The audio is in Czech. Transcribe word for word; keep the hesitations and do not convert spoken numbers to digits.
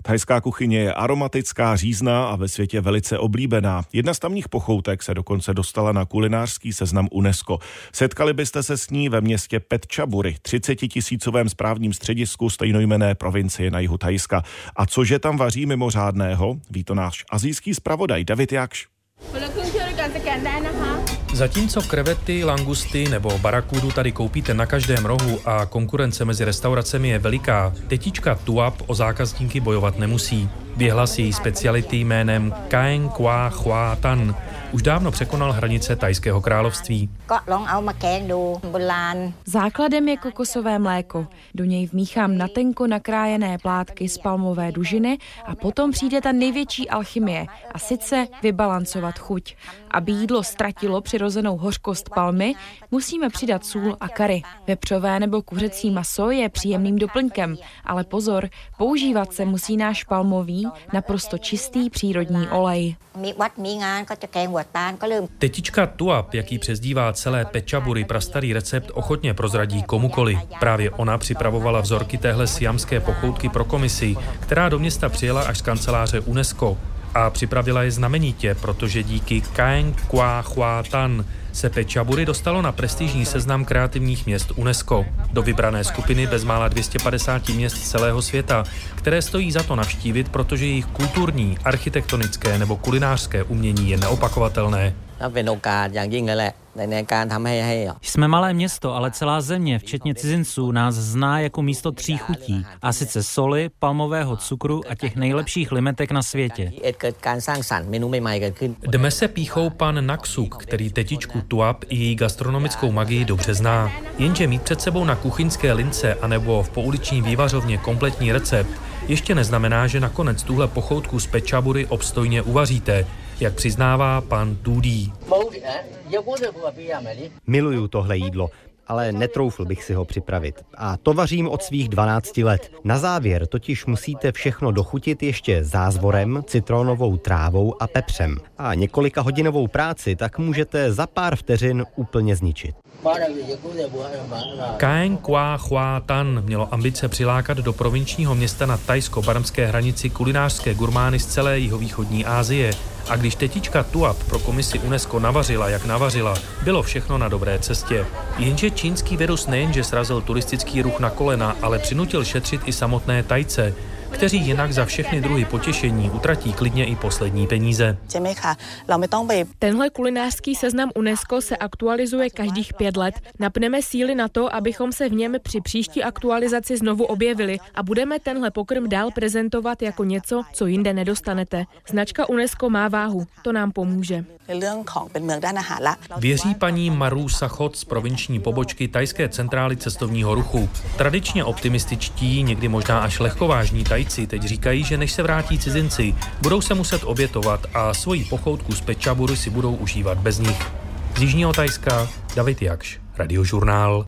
Thajská kuchyně je aromatická, řízná a ve světě velice oblíbená. Jedna z tamních pochoutek se dokonce dostala na kulinářský seznam UNESCO. Setkali byste se s ní ve městě Petchaburi, třicetitisícovém správním středisku stejnojmenné provincie na jihu Thajska. A cože tam vaří mimořádného? Ví to náš asijský zpravodaj David Jakš. Zatímco krevety, langusty nebo barakudu tady koupíte na každém rohu a konkurence mezi restauracemi je veliká, tetička Tuap o zákazníky bojovat nemusí. Věhlas její speciality jménem Kaeng Kwa Hua Tan už dávno překonal hranice Thajského království. Základem je kokosové mléko. Do něj vmíchám na tenko nakrájené plátky z palmové dužiny a potom přijde ta největší alchymie, a sice vybalancovat chuť. Aby jídlo ztratilo přirozenou hořkost palmy, musíme přidat sůl a kari. Vepřové nebo kuřecí maso je příjemným doplňkem, ale pozor, používat se musí náš palmový, naprosto čistý přírodní olej. Tetička Tuap, jaký přezdívá celé Petchaburi, prastarý recept ochotně prozradí komukoli. Právě ona připravovala vzorky téhle siamské pochoutky pro komisi, která do města přijela až z kanceláře UNESCO. A připravila je znamenitě, protože díky Kaeng Kwa Hua Tan se Petchaburi dostalo na prestižní seznam kreativních měst UNESCO. Do vybrané skupiny bezmála dvě stě padesát měst z celého světa, které stojí za to navštívit, protože jejich kulturní, architektonické nebo kulinářské umění je neopakovatelné. Jsme malé město, ale celá země, včetně cizinců, nás zná jako místo tří chutí, a sice soli, palmového cukru a těch nejlepších limetek na světě. Dme se píchou pan Naksuk, který tetičku Tuap i její gastronomickou magii dobře zná. Jenže mít před sebou na kuchyňské lince anebo v pouliční vývařovně kompletní recept ještě neznamená, že nakonec tuhle pochoutku z Petchaburi obstojně uvaříte, jak přiznává pan Dudi. Miluju tohle jídlo, ale netroufl bych si ho připravit. A to vařím od svých dvanácti let. Na závěr totiž musíte všechno dochutit ještě zázvorem, citronovou trávou a pepřem. A několika hodinovou práci tak můžete za pár vteřin úplně zničit. Kaeng Kwa Hua Tan mělo ambice přilákat do provinčního města na thajsko-barmské hranici kulinářské gurmány z celé jihovýchodní Asie. A když tetička Tuap pro komisi UNESCO navařila, jak navařila, bylo všechno na dobré cestě. Jenže čínský virus nejenže srazil turistický ruch na kolena, ale přinutil šetřit i samotné Thajce, kteří jinak za všechny druhy potěšení utratí klidně i poslední peníze. Tenhle kulinářský seznam UNESCO se aktualizuje každých pět let. Napneme síly na to, abychom se v něm při příští aktualizaci znovu objevili a budeme tenhle pokrm dál prezentovat jako něco, co jinde nedostanete. Značka UNESCO má váhu, to nám pomůže. Věří paní Maru Sachot z provinční pobočky thajské centrály cestovního ruchu. Tradičně optimističtí, někdy možná až lehkovážní Thajci teď říkají, že než se vrátí cizinci, budou se muset obětovat a svoji pochoutku z Petchaburi si budou užívat bez nich. Z jižního Thajska David Jakš, Radiožurnál.